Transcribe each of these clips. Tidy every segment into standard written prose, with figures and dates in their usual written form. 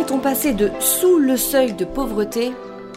peut-on passer de sous le seuil de pauvreté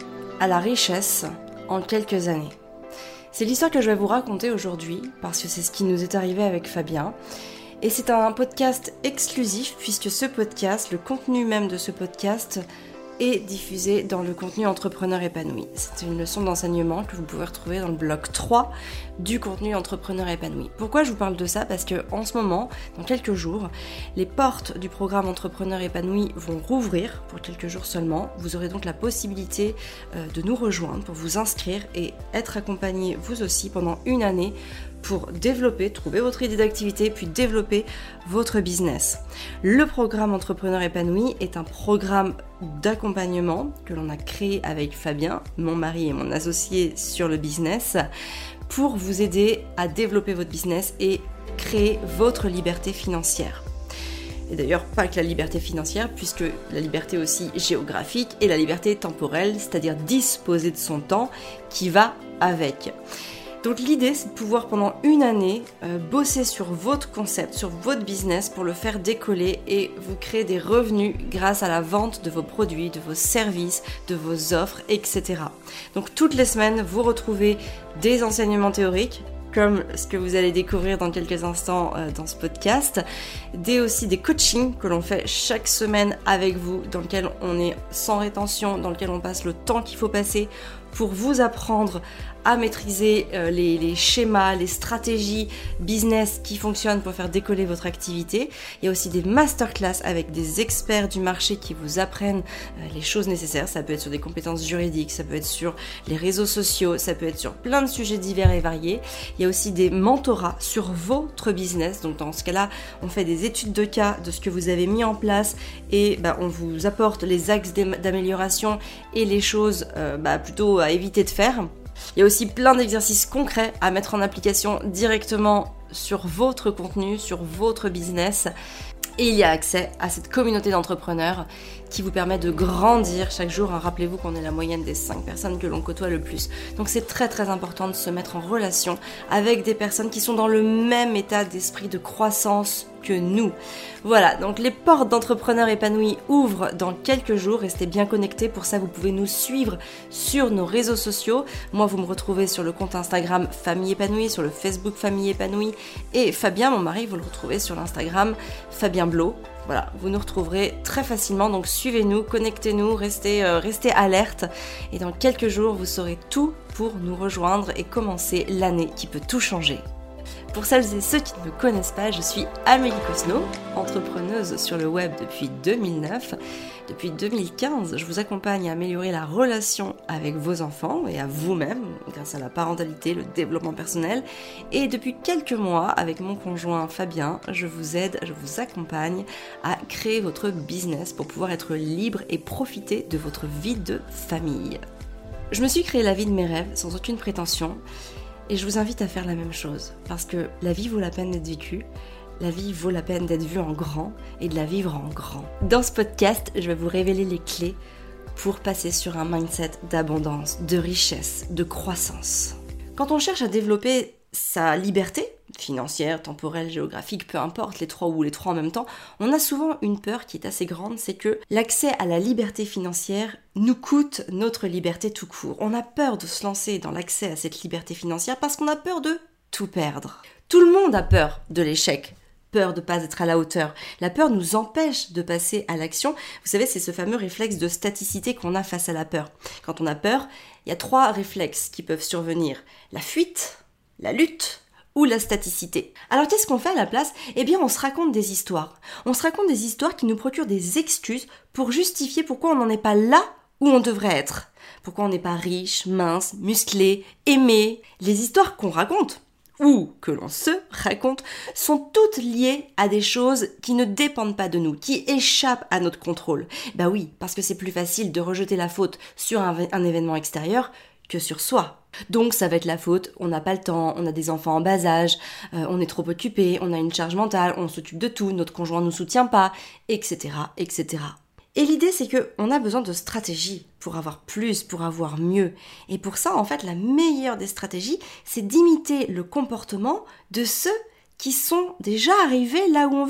à la richesse en quelques années ? C'est l'histoire que je vais vous raconter aujourd'hui, parce que c'est ce qui nous est arrivé avec Fabien. Et c'est un podcast exclusif, puisque ce podcast, le contenu même de ce podcast, est diffusé dans le contenu Entrepreneur épanoui. C'est une leçon d'enseignement que vous pouvez retrouver dans le bloc 3 du contenu Entrepreneur épanoui. Pourquoi je vous parle de ça ? Parce que en ce moment, dans quelques jours, les portes du programme Entrepreneur épanoui vont rouvrir pour quelques jours seulement. Vous aurez donc la possibilité de nous rejoindre pour vous inscrire et être accompagné vous aussi pendant une année pour développer, trouver votre idée d'activité, puis développer votre business. Le programme Entrepreneur épanoui est un programme d'accompagnement que l'on a créé avec Fabien, mon mari et mon associé sur le business, pour vous aider à développer votre business et créer votre liberté financière. Et d'ailleurs, pas que la liberté financière, puisque la liberté aussi géographique et la liberté temporelle, c'est-à-dire disposer de son temps qui va avec. Donc l'idée, c'est de pouvoir pendant une année bosser sur votre concept, sur votre business pour le faire décoller et vous créer des revenus grâce à la vente de vos produits, de vos services, de vos offres, etc. Donc toutes les semaines, vous retrouvez des enseignements théoriques, comme ce que vous allez découvrir dans quelques instants dans ce podcast, aussi des coachings que l'on fait chaque semaine avec vous, dans lequel on est sans rétention, dans lequel on passe le temps qu'il faut passer pour vous apprendre à maîtriser les schémas, les stratégies business qui fonctionnent pour faire décoller votre activité. Il y a aussi des masterclass avec des experts du marché qui vous apprennent les choses nécessaires. Ça peut être sur des compétences juridiques, ça peut être sur les réseaux sociaux, ça peut être sur plein de sujets divers et variés. Il y a aussi des mentorats sur votre business. Donc dans ce cas-là, on fait des études de cas de ce que vous avez mis en place et on vous apporte les axes d'amélioration et les choses plutôt à éviter de faire. Il y a aussi plein d'exercices concrets à mettre en application directement sur votre contenu, sur votre business. Et il y a accès à cette communauté d'entrepreneurs qui vous permet de grandir chaque jour. Rappelez-vous qu'on est la moyenne des 5 personnes que l'on côtoie le plus. Donc c'est très très important de se mettre en relation avec des personnes qui sont dans le même état d'esprit de croissance que nous. Voilà, donc les portes d'entrepreneurs épanouis ouvrent dans quelques jours. Restez bien connectés. Pour ça, vous pouvez nous suivre sur nos réseaux sociaux. Moi, vous me retrouvez sur le compte Instagram Famille Épanouie, sur le Facebook Famille Épanouie. Et Fabien, mon mari, vous le retrouvez sur l'Instagram Fabien Blot. Voilà, vous nous retrouverez très facilement, donc suivez-nous, connectez-nous, restez alertes. Et dans quelques jours, vous saurez tout pour nous rejoindre et commencer l'année qui peut tout changer. Pour celles et ceux qui ne me connaissent pas, je suis Amélie Cosno, entrepreneuse sur le web depuis 2009. Depuis 2015, je vous accompagne à améliorer la relation avec vos enfants et à vous-même grâce à la parentalité, le développement personnel. Et depuis quelques mois, avec mon conjoint Fabien, je vous aide, je vous accompagne à créer votre business pour pouvoir être libre et profiter de votre vie de famille. Je me suis créé la vie de mes rêves sans aucune prétention. Et je vous invite à faire la même chose, parce que la vie vaut la peine d'être vécue, la vie vaut la peine d'être vue en grand et de la vivre en grand. Dans ce podcast, je vais vous révéler les clés pour passer sur un mindset d'abondance, de richesse, de croissance. Quand on cherche à développer sa liberté, financière, temporelle, géographique, peu importe, les trois en même temps, on a souvent une peur qui est assez grande, c'est que l'accès à la liberté financière nous coûte notre liberté tout court. On a peur de se lancer dans l'accès à cette liberté financière parce qu'on a peur de tout perdre. Tout le monde a peur de l'échec, peur de ne pas être à la hauteur. La peur nous empêche de passer à l'action. Vous savez, c'est ce fameux réflexe de staticité qu'on a face à la peur. Quand on a peur, il y a 3 réflexes qui peuvent survenir. La fuite, la lutte ou la staticité. Alors qu'est-ce qu'on fait à la place ? Eh bien on se raconte des histoires. On se raconte des histoires qui nous procurent des excuses pour justifier pourquoi on n'en est pas là où on devrait être. Pourquoi on n'est pas riche, mince, musclé, aimé. Les histoires qu'on raconte, ou que l'on se raconte, sont toutes liées à des choses qui ne dépendent pas de nous, qui échappent à notre contrôle. Bah oui, parce que c'est plus facile de rejeter la faute sur un événement extérieur que sur soi. Donc ça va être la faute, on n'a pas le temps, on a des enfants en bas âge, on est trop occupé, on a une charge mentale, on s'occupe de tout, notre conjoint ne nous soutient pas, etc., etc. Et l'idée, c'est qu'on a besoin de stratégies pour avoir plus, pour avoir mieux. Et pour ça, en fait, la meilleure des stratégies, c'est d'imiter le comportement de ceux qui sont déjà arrivés là où on veut.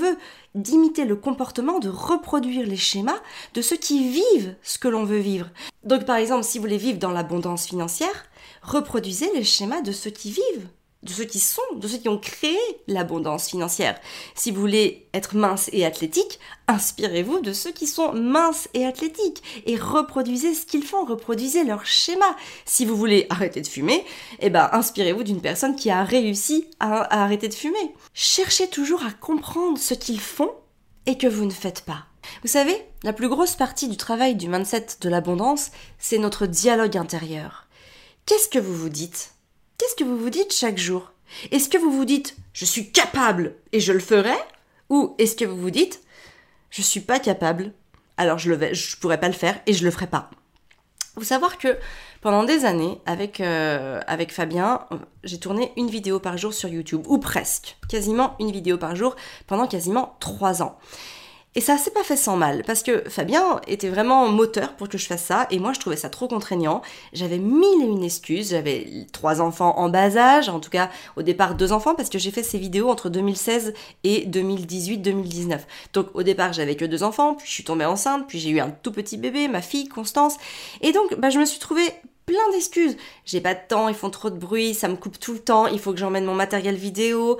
d'imiter le comportement, de reproduire les schémas de ceux qui vivent ce que l'on veut vivre. Donc par exemple, si vous voulez vivre dans l'abondance financière, reproduisez les schémas de ceux qui vivent, de ceux qui sont, de ceux qui ont créé l'abondance financière. Si vous voulez être mince et athlétique, inspirez-vous de ceux qui sont minces et athlétiques et reproduisez ce qu'ils font, reproduisez leurs schémas. Si vous voulez arrêter de fumer, inspirez-vous d'une personne qui a réussi à arrêter de fumer. Cherchez toujours à comprendre ce qu'ils font et que vous ne faites pas. Vous savez, la plus grosse partie du travail du mindset de l'abondance, c'est notre dialogue intérieur. Qu'est-ce que vous vous dites ? Qu'est-ce que vous vous dites chaque jour ? Est-ce que vous vous dites « je suis capable et je le ferai » ou est-ce que vous vous dites « je suis pas capable, alors je pourrais pas le faire et je le ferai pas ». Faut savoir que pendant des années, avec Fabien, j'ai tourné une vidéo par jour sur YouTube, ou presque, quasiment une vidéo par jour pendant quasiment 3 ans. Et ça s'est pas fait sans mal, parce que Fabien était vraiment moteur pour que je fasse ça, et moi je trouvais ça trop contraignant. J'avais 1001 excuses, j'avais 3 enfants en bas âge, en tout cas au départ 2 enfants, parce que j'ai fait ces vidéos entre 2016 et 2018-2019. Donc au départ j'avais que 2 enfants, puis je suis tombée enceinte, puis j'ai eu un tout petit bébé, ma fille Constance, et donc je me suis trouvée plein d'excuses. J'ai pas de temps, ils font trop de bruit, ça me coupe tout le temps, il faut que j'emmène mon matériel vidéo,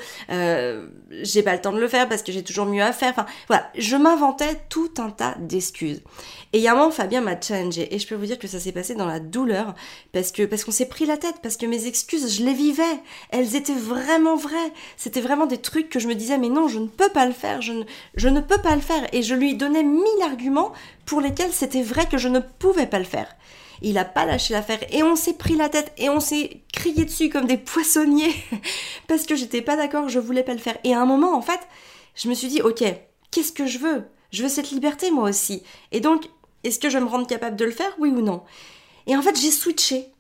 j'ai pas le temps de le faire parce que j'ai toujours mieux à faire. Enfin, voilà, je m'inventais tout un tas d'excuses. Et il y a un moment, Fabien m'a challengée et je peux vous dire que ça s'est passé dans la douleur parce qu'on s'est pris la tête, parce que mes excuses, je les vivais. Elles étaient vraiment vraies. C'était vraiment des trucs que je me disais, mais non, je ne peux pas le faire, je ne peux pas le faire. Et je lui donnais 1000 arguments pour lesquels c'était vrai que je ne pouvais pas le faire. Il a pas lâché l'affaire et on s'est pris la tête et on s'est crié dessus comme des poissonniers parce que j'étais pas d'accord, je voulais pas le faire. Et à un moment, en fait, je me suis dit, ok, qu'est-ce que je veux ? Je veux cette liberté moi aussi. Et donc, est-ce que je vais me rendre capable de le faire, oui ou non ? Et en fait, j'ai switché.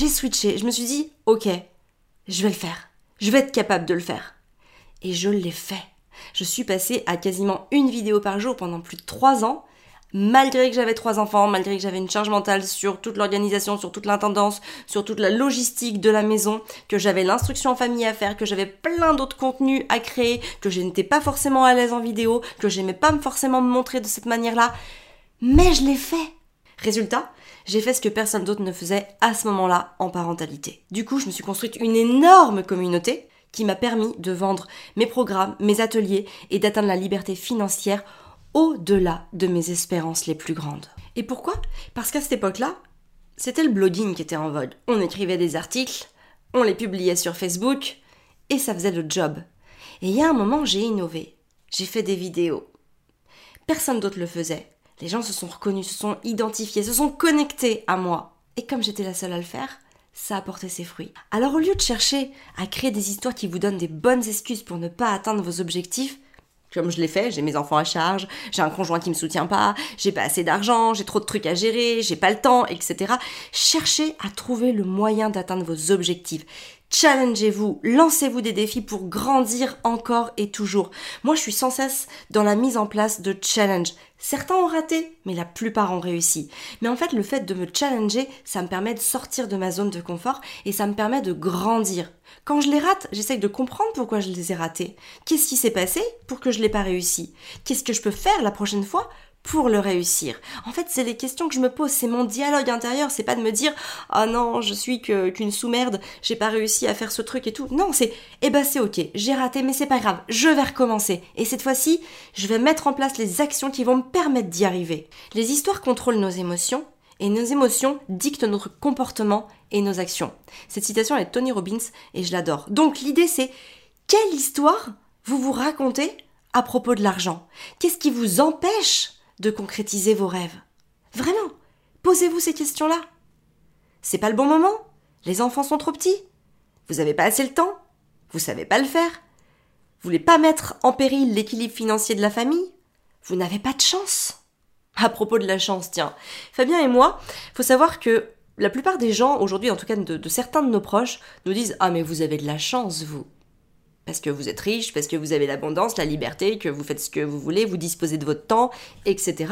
Je me suis dit, ok, je vais le faire. Je vais être capable de le faire. Et je l'ai fait. Je suis passée à quasiment une vidéo par jour pendant plus de 3 ans. Malgré que j'avais 3 enfants, malgré que j'avais une charge mentale sur toute l'organisation, sur toute l'intendance, sur toute la logistique de la maison, que j'avais l'instruction en famille à faire, que j'avais plein d'autres contenus à créer, que je n'étais pas forcément à l'aise en vidéo, que j'aimais pas forcément me montrer de cette manière-là, mais je l'ai fait. Résultat, j'ai fait ce que personne d'autre ne faisait à ce moment-là en parentalité. Du coup, je me suis construite une énorme communauté qui m'a permis de vendre mes programmes, mes ateliers et d'atteindre la liberté financière au-delà de mes espérances les plus grandes. Et pourquoi ? Parce qu'à cette époque-là, c'était le blogging qui était en vogue. On écrivait des articles, on les publiait sur Facebook, et ça faisait le job. Et il y a un moment, j'ai innové. J'ai fait des vidéos. Personne d'autre le faisait. Les gens se sont reconnus, se sont identifiés, se sont connectés à moi. Et comme j'étais la seule à le faire, ça a porté ses fruits. Alors au lieu de chercher à créer des histoires qui vous donnent des bonnes excuses pour ne pas atteindre vos objectifs, comme je l'ai fait, j'ai mes enfants à charge, j'ai un conjoint qui me soutient pas, j'ai pas assez d'argent, j'ai trop de trucs à gérer, j'ai pas le temps, etc. Cherchez à trouver le moyen d'atteindre vos objectifs. Challengez-vous, lancez-vous des défis pour grandir encore et toujours. Moi, je suis sans cesse dans la mise en place de challenges. Certains ont raté, mais la plupart ont réussi. Mais en fait, le fait de me challenger, ça me permet de sortir de ma zone de confort et ça me permet de grandir. Quand je les rate, j'essaye de comprendre pourquoi je les ai ratés. Qu'est-ce qui s'est passé pour que je l'ai pas réussi ? Qu'est-ce que je peux faire la prochaine fois pour le réussir? En fait, c'est les questions que je me pose, c'est mon dialogue intérieur, c'est pas de me dire « Ah non, je suis qu'une sous-merde, j'ai pas réussi à faire ce truc et tout. » Non, c'est « Eh ben c'est ok, j'ai raté, mais c'est pas grave, je vais recommencer. Et cette fois-ci, je vais mettre en place les actions qui vont me permettre d'y arriver. » Les histoires contrôlent nos émotions, et nos émotions dictent notre comportement et nos actions. Cette citation est de Tony Robbins, et je l'adore. Donc l'idée c'est, quelle histoire vous vous racontez à propos de l'argent? Qu'est-ce qui vous empêche de concrétiser vos rêves? Vraiment, posez-vous ces questions-là. C'est pas le bon moment? Les enfants sont trop petits? Vous avez pas assez le temps? Vous savez pas le faire? Vous voulez pas mettre en péril l'équilibre financier de la famille? Vous n'avez pas de chance? À propos de la chance, tiens, Fabien et moi, faut savoir que la plupart des gens, aujourd'hui en tout cas de certains de nos proches, nous disent « Ah mais vous avez de la chance, vous !» Parce que vous êtes riche, parce que vous avez l'abondance, la liberté, que vous faites ce que vous voulez, vous disposez de votre temps, etc.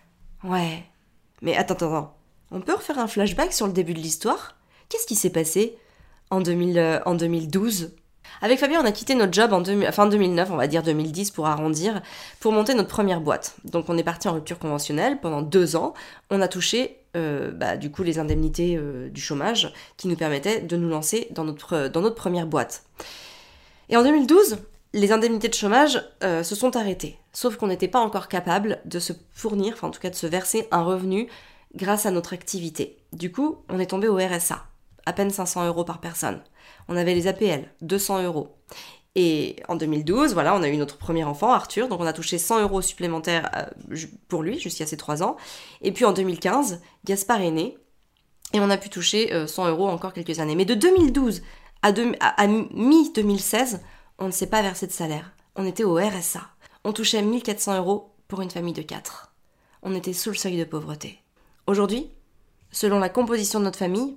Ouais, mais attends. On peut refaire un flashback sur le début de l'histoire? Qu'est-ce qui s'est passé en 2012? Avec Fabien, on a quitté notre job fin 2009, on va dire 2010 pour arrondir, pour monter notre première boîte. Donc on est parti en rupture conventionnelle pendant 2 ans. On a touché du coup les indemnités du chômage qui nous permettaient de nous lancer dans notre première boîte. Et en 2012, les indemnités de chômage se sont arrêtées. Sauf qu'on n'était pas encore capable de se fournir, enfin en tout cas de se verser un revenu grâce à notre activité. Du coup, on est tombé au RSA, à peine 500 € par personne. On avait les APL, 200 €. Et en 2012, voilà, on a eu notre premier enfant, Arthur, donc on a touché 100 € supplémentaires pour lui jusqu'à ses 3 ans. Et puis en 2015, Gaspard est né, et on a pu toucher 100 € encore quelques années. Mais de 2012 à mi-2016, on ne s'est pas versé de salaire. On était au RSA. On touchait 1400 € pour une famille de 4. On était sous le seuil de pauvreté. Aujourd'hui, selon la composition de notre famille,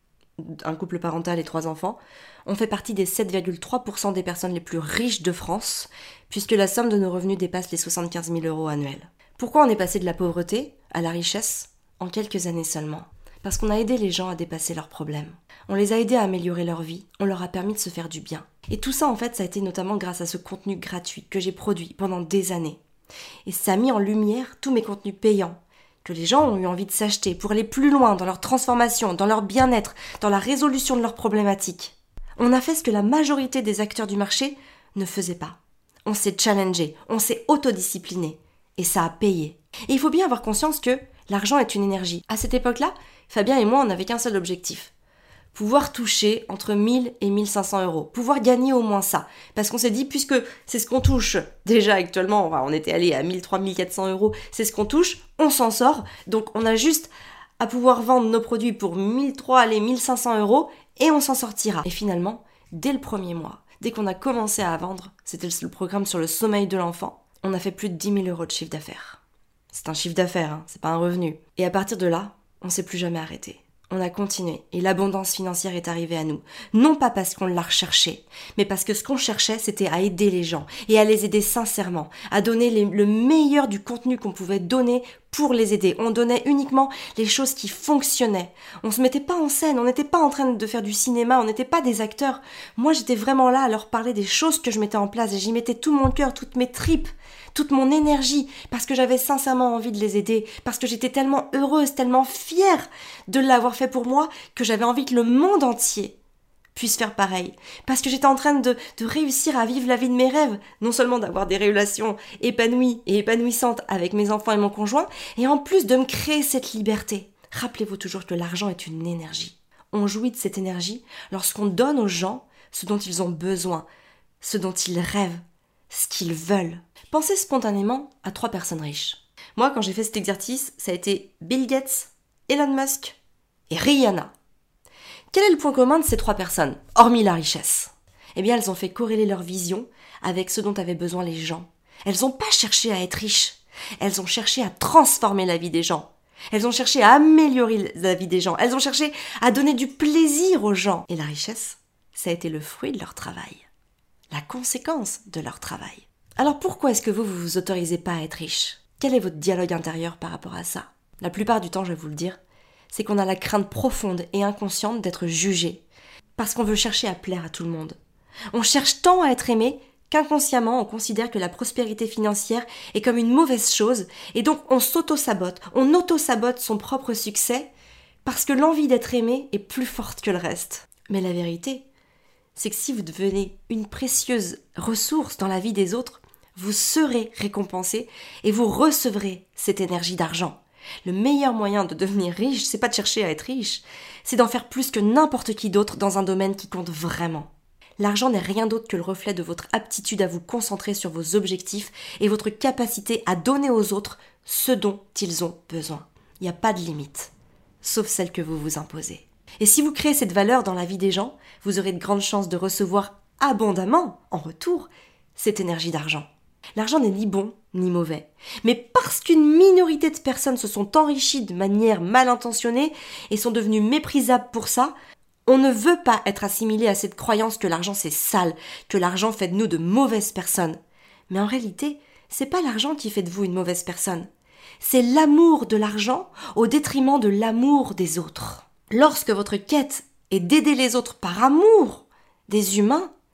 un couple parental et 3 enfants, on fait partie des 7,3% des personnes les plus riches de France, puisque la somme de nos revenus dépasse les 75 000 € annuels. Pourquoi on est passé de la pauvreté à la richesse en quelques années seulement ? Parce qu'on a aidé les gens à dépasser leurs problèmes. On les a aidés à améliorer leur vie, on leur a permis de se faire du bien. Et tout ça, en fait, ça a été notamment grâce à ce contenu gratuit que j'ai produit pendant des années. Et ça a mis en lumière tous mes contenus payants, que les gens ont eu envie de s'acheter pour aller plus loin dans leur transformation, dans leur bien-être, dans la résolution de leurs problématiques. On a fait ce que la majorité des acteurs du marché ne faisaient pas. On s'est challengé, on s'est autodiscipliné, et ça a payé. Et il faut bien avoir conscience que l'argent est une énergie. À cette époque-là, Fabien et moi, on n'avait qu'un seul objectif. Pouvoir toucher entre 1000 et 1500 €. Pouvoir gagner au moins ça. Parce qu'on s'est dit, puisque c'est ce qu'on touche déjà actuellement, on était allé à 1300, 1400 €, c'est ce qu'on touche, on s'en sort. Donc on a juste à pouvoir vendre nos produits pour 1300, allez, 1500 € et on s'en sortira. Et finalement, dès le premier mois, dès qu'on a commencé à vendre, c'était le programme sur le sommeil de l'enfant, on a fait plus de 10 000 € de chiffre d'affaires. C'est un chiffre d'affaires, hein, c'est pas un revenu. Et à partir de là, on s'est plus jamais arrêté. On a continué et l'abondance financière est arrivée à nous. Non pas parce qu'on l'a recherché, mais parce que ce qu'on cherchait, c'était à aider les gens et à les aider sincèrement, à donner le meilleur du contenu qu'on pouvait donner pour les aider. On donnait uniquement les choses qui fonctionnaient. On se mettait pas en scène, on n'était pas en train de faire du cinéma, on n'était pas des acteurs. Moi, j'étais vraiment là à leur parler des choses que je mettais en place et j'y mettais tout mon cœur, toutes mes tripes, toute mon énergie, parce que j'avais sincèrement envie de les aider, parce que j'étais tellement heureuse, tellement fière de l'avoir fait pour moi, que j'avais envie que le monde entier puisse faire pareil. Parce que j'étais en train de réussir à vivre la vie de mes rêves, non seulement d'avoir des relations épanouies et épanouissantes avec mes enfants et mon conjoint, et en plus de me créer cette liberté. Rappelez-vous toujours que l'argent est une énergie. On jouit de cette énergie lorsqu'on donne aux gens ce dont ils ont besoin, ce dont ils rêvent, ce qu'ils veulent. Pensez spontanément à 3 personnes riches. Moi, quand j'ai fait cet exercice, ça a été Bill Gates, Elon Musk et Rihanna. Quel est le point commun de ces 3 personnes, hormis la richesse ? Eh bien, elles ont fait corréler leur vision avec ce dont avaient besoin les gens. Elles n'ont pas cherché à être riches. Elles ont cherché à transformer la vie des gens. Elles ont cherché à améliorer la vie des gens. Elles ont cherché à donner du plaisir aux gens. Et la richesse, ça a été le fruit de leur travail. La conséquence de leur travail. Alors pourquoi est-ce que vous autorisez pas à être riche ? Quel est votre dialogue intérieur par rapport à ça ? La plupart du temps, je vais vous le dire, c'est qu'on a la crainte profonde et inconsciente d'être jugé. Parce qu'on veut chercher à plaire à tout le monde. On cherche tant à être aimé qu'inconsciemment on considère que la prospérité financière est comme une mauvaise chose et donc on s'auto-sabote. On auto-sabote son propre succès parce que l'envie d'être aimé est plus forte que le reste. Mais la vérité, c'est que si vous devenez une précieuse ressource dans la vie des autres, vous serez récompensé et vous recevrez cette énergie d'argent. Le meilleur moyen de devenir riche, c'est pas de chercher à être riche, c'est d'en faire plus que n'importe qui d'autre dans un domaine qui compte vraiment. L'argent n'est rien d'autre que le reflet de votre aptitude à vous concentrer sur vos objectifs et votre capacité à donner aux autres ce dont ils ont besoin. Il n'y a pas de limite, sauf celle que vous vous imposez. Et si vous créez cette valeur dans la vie des gens, vous aurez de grandes chances de recevoir abondamment, en retour, cette énergie d'argent. L'argent n'est ni bon ni mauvais. Mais parce qu'une minorité de personnes se sont enrichies de manière mal intentionnée et sont devenues méprisables pour ça, on ne veut pas être assimilé à cette croyance que l'argent c'est sale, que l'argent fait de nous de mauvaises personnes. Mais en réalité, c'est pas l'argent qui fait de vous une mauvaise personne. C'est l'amour de l'argent au détriment de l'amour des autres. Lorsque votre quête est d'aider les autres par amour des humains,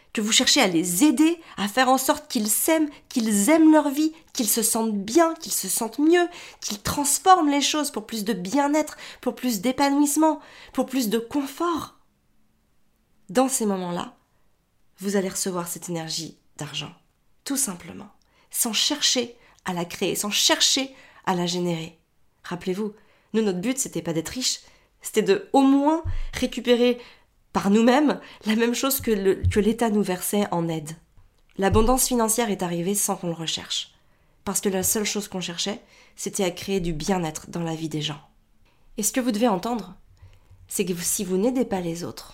que vous cherchez à les aider, à faire en sorte qu'ils s'aiment, qu'ils aiment leur vie, qu'ils se sentent bien, qu'ils se sentent mieux, qu'ils transforment les choses pour plus de bien-être, pour plus d'épanouissement, pour plus de confort. Dans ces moments-là, vous allez recevoir cette énergie d'argent, tout simplement, sans chercher à la créer, sans chercher à la générer. Rappelez-vous, nous, notre but, c'était pas d'être riche, c'était de au moins récupérer par nous-mêmes la même chose que l'État nous versait en aide. L'abondance financière est arrivée sans qu'on le recherche. Parce que la seule chose qu'on cherchait, c'était à créer du bien-être dans la vie des gens. Et ce que vous devez entendre, c'est que si vous n'aidez pas les autres,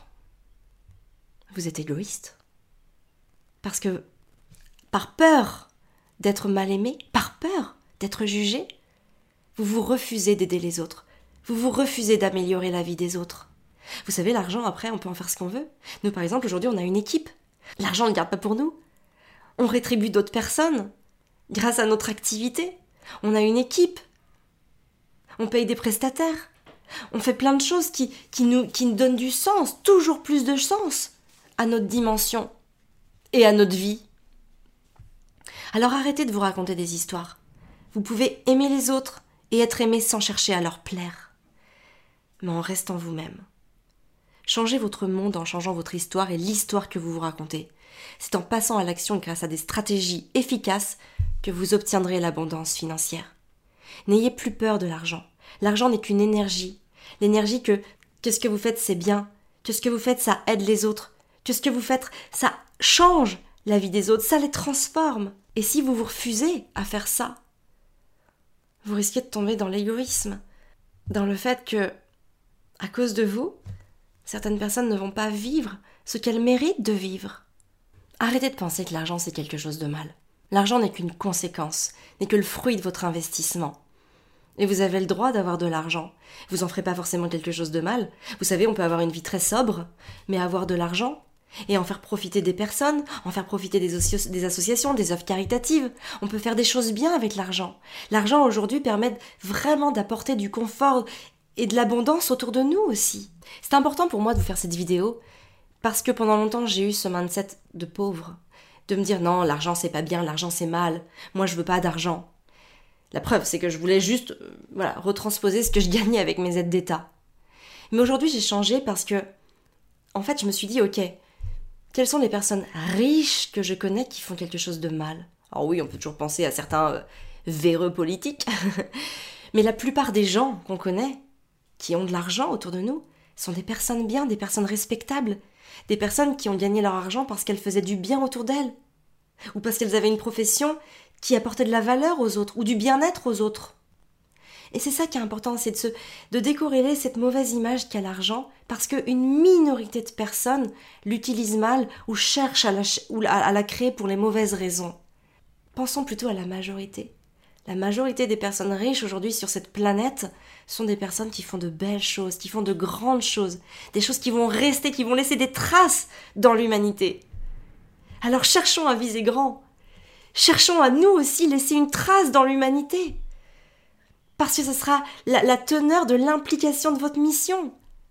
vous êtes égoïste. Parce que, par peur d'être mal aimé, par peur d'être jugé, vous vous refusez d'aider les autres. Vous vous refusez d'améliorer la vie des autres. Vous savez, l'argent, après, on peut en faire ce qu'on veut. Nous, par exemple, aujourd'hui, on a une équipe. L'argent ne garde pas pour nous. On rétribue d'autres personnes grâce à notre activité. On a une équipe. On paye des prestataires. On fait plein de choses qui nous donnent du sens, toujours plus de sens à notre dimension et à notre vie. Alors arrêtez de vous raconter des histoires. Vous pouvez aimer les autres et être aimé sans chercher à leur plaire, mais en restant vous-même. Changez votre monde en changeant votre histoire et l'histoire que vous vous racontez. C'est en passant à l'action grâce à des stratégies efficaces que vous obtiendrez l'abondance financière. N'ayez plus peur de l'argent. L'argent n'est qu'une énergie. L'énergie que ce que vous faites, c'est bien. Que ce que vous faites, ça aide les autres. Que ce que vous faites, ça change la vie des autres. Ça les transforme. Et si vous vous refusez à faire ça, vous risquez de tomber dans l'égoïsme. Dans le fait que, à cause de vous, certaines personnes ne vont pas vivre ce qu'elles méritent de vivre. Arrêtez de penser que l'argent c'est quelque chose de mal. L'argent n'est qu'une conséquence, n'est que le fruit de votre investissement. Et vous avez le droit d'avoir de l'argent. Vous en ferez pas forcément quelque chose de mal. Vous savez, on peut avoir une vie très sobre, mais avoir de l'argent et en faire profiter des personnes, en faire profiter des associations, des œuvres caritatives. On peut faire des choses bien avec l'argent. L'argent aujourd'hui permet vraiment d'apporter du confort et de l'abondance autour de nous aussi. C'est important pour moi de vous faire cette vidéo parce que pendant longtemps j'ai eu ce mindset de pauvre, de me dire non, l'argent c'est pas bien, l'argent c'est mal, moi je veux pas d'argent. La preuve c'est que je voulais juste retransposer ce que je gagnais avec mes aides d'État. Mais aujourd'hui j'ai changé parce que en fait je me suis dit ok, quelles sont les personnes riches que je connais qui font quelque chose de mal? Alors oui, on peut toujours penser à certains véreux politiques, mais la plupart des gens qu'on connaît qui ont de l'argent autour de nous sont des personnes bien, des personnes respectables, des personnes qui ont gagné leur argent parce qu'elles faisaient du bien autour d'elles, ou parce qu'elles avaient une profession qui apportait de la valeur aux autres, ou du bien-être aux autres. Et c'est ça qui est important, c'est de décorréler cette mauvaise image qu'a l'argent, parce qu'une minorité de personnes l'utilisent mal ou cherchent à la créer pour les mauvaises raisons. Pensons plutôt à la majorité. La majorité des personnes riches aujourd'hui sur cette planète sont des personnes qui font de belles choses, qui font de grandes choses, des choses qui vont rester, qui vont laisser des traces dans l'humanité. Alors cherchons à viser grand. Cherchons à nous aussi laisser une trace dans l'humanité. Parce que ce sera la teneur de l'implication de votre mission.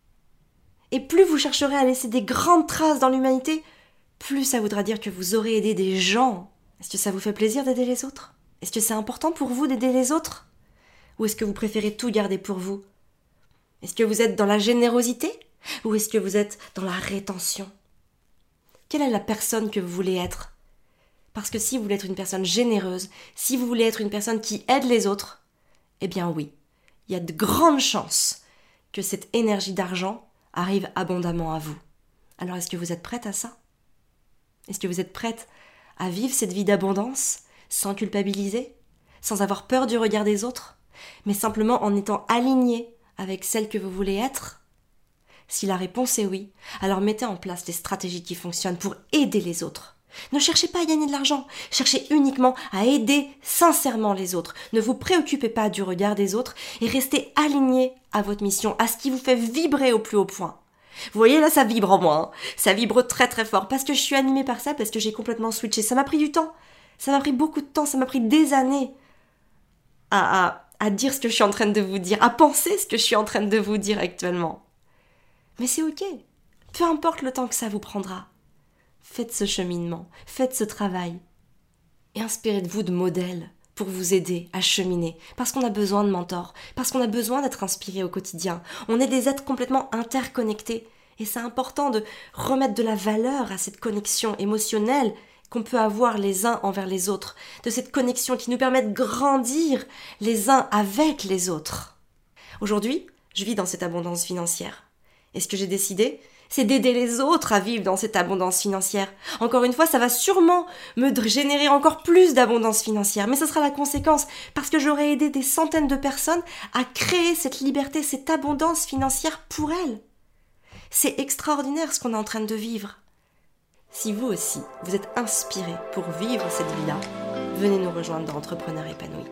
Et plus vous chercherez à laisser des grandes traces dans l'humanité, plus ça voudra dire que vous aurez aidé des gens. Est-ce que ça vous fait plaisir d'aider les autres ? Est-ce que c'est important pour vous d'aider les autres ? Ou est-ce que vous préférez tout garder pour vous ? Est-ce que vous êtes dans la générosité ? Ou est-ce que vous êtes dans la rétention ? Quelle est la personne que vous voulez être ? Parce que si vous voulez être une personne généreuse, si vous voulez être une personne qui aide les autres, eh bien oui, il y a de grandes chances que cette énergie d'argent arrive abondamment à vous. Alors est-ce que vous êtes prête à ça ? Est-ce que vous êtes prête à vivre cette vie d'abondance sans culpabiliser, sans avoir peur du regard des autres, mais simplement en étant aligné avec celle que vous voulez être ? Si la réponse est oui, alors mettez en place des stratégies qui fonctionnent pour aider les autres. Ne cherchez pas à gagner de l'argent, cherchez uniquement à aider sincèrement les autres. Ne vous préoccupez pas du regard des autres et restez aligné à votre mission, à ce qui vous fait vibrer au plus haut point. Vous voyez là, ça vibre en moi, ça vibre très très fort parce que je suis animée par ça, parce que j'ai complètement switché. Ça m'a pris du temps, ça m'a pris beaucoup de temps, ça m'a pris des années à dire ce que je suis en train de vous dire, à penser ce que je suis en train de vous dire actuellement. Mais c'est ok, peu importe le temps que ça vous prendra. faites ce cheminement, faites ce travail. Et inspirez-vous de modèles pour vous aider à cheminer. Parce qu'on a besoin de mentors, parce qu'on a besoin d'être inspiré au quotidien. On est des êtres complètement interconnectés. Et c'est important de remettre de la valeur à cette connexion émotionnelle qu'on peut avoir les uns envers les autres, de cette connexion qui nous permet de grandir les uns avec les autres. Aujourd'hui, je vis dans cette abondance financière. Et ce que j'ai décidé, c'est d'aider les autres à vivre dans cette abondance financière. Encore une fois, ça va sûrement me générer encore plus d'abondance financière, mais ce sera la conséquence, parce que j'aurai aidé des centaines de personnes à créer cette liberté, cette abondance financière pour elles. C'est extraordinaire ce qu'on est en train de vivre. Si vous aussi, vous êtes inspiré pour vivre cette vie-là, venez nous rejoindre dans Entrepreneurs épanouis.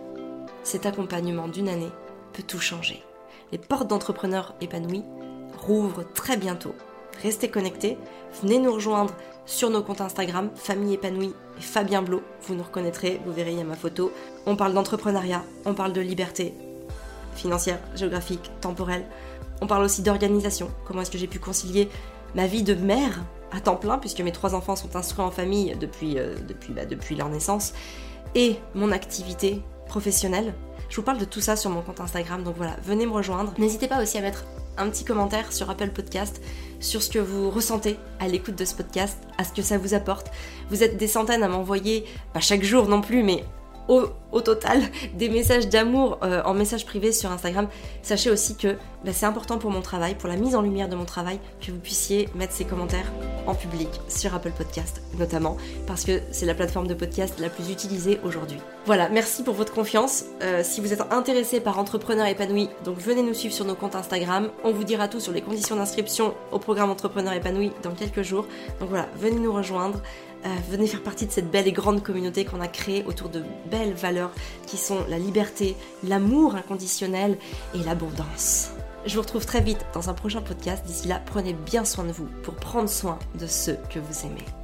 Cet accompagnement d'une année peut tout changer. Les portes d'Entrepreneurs épanouis rouvrent très bientôt. Restez connectés, venez nous rejoindre sur nos comptes Instagram, Famille Épanouie et Fabien Blo. Vous nous reconnaîtrez, vous verrez, il y a ma photo. On parle d'entrepreneuriat, on parle de liberté financière, géographique, temporelle. On parle aussi d'organisation. Comment est-ce que j'ai pu concilier ma vie de mère à temps plein, puisque mes 3 enfants sont instruits en famille depuis leur naissance, et mon activité professionnelle. Je vous parle de tout ça sur mon compte Instagram, donc voilà, venez me rejoindre. N'hésitez pas aussi à mettre un petit commentaire sur Apple Podcast, sur ce que vous ressentez à l'écoute de ce podcast, à ce que ça vous apporte. Vous êtes des centaines à m'envoyer, pas chaque jour non plus, mais au total, des messages d'amour en message privé sur Instagram. Sachez aussi que c'est important pour mon travail, pour la mise en lumière de mon travail, que vous puissiez mettre ces commentaires en public sur Apple Podcast, notamment, parce que c'est la plateforme de podcast la plus utilisée aujourd'hui. Voilà, merci pour votre confiance. Si vous êtes intéressé par Entrepreneurs épanouis, donc venez nous suivre sur nos comptes Instagram. On vous dira tout sur les conditions d'inscription au programme Entrepreneurs épanouis dans quelques jours. Donc voilà, venez nous rejoindre. Venez faire partie de cette belle et grande communauté qu'on a créée autour de belles valeurs qui sont la liberté, l'amour inconditionnel et l'abondance. Je vous retrouve très vite dans un prochain podcast. D'ici là, prenez bien soin de vous pour prendre soin de ceux que vous aimez.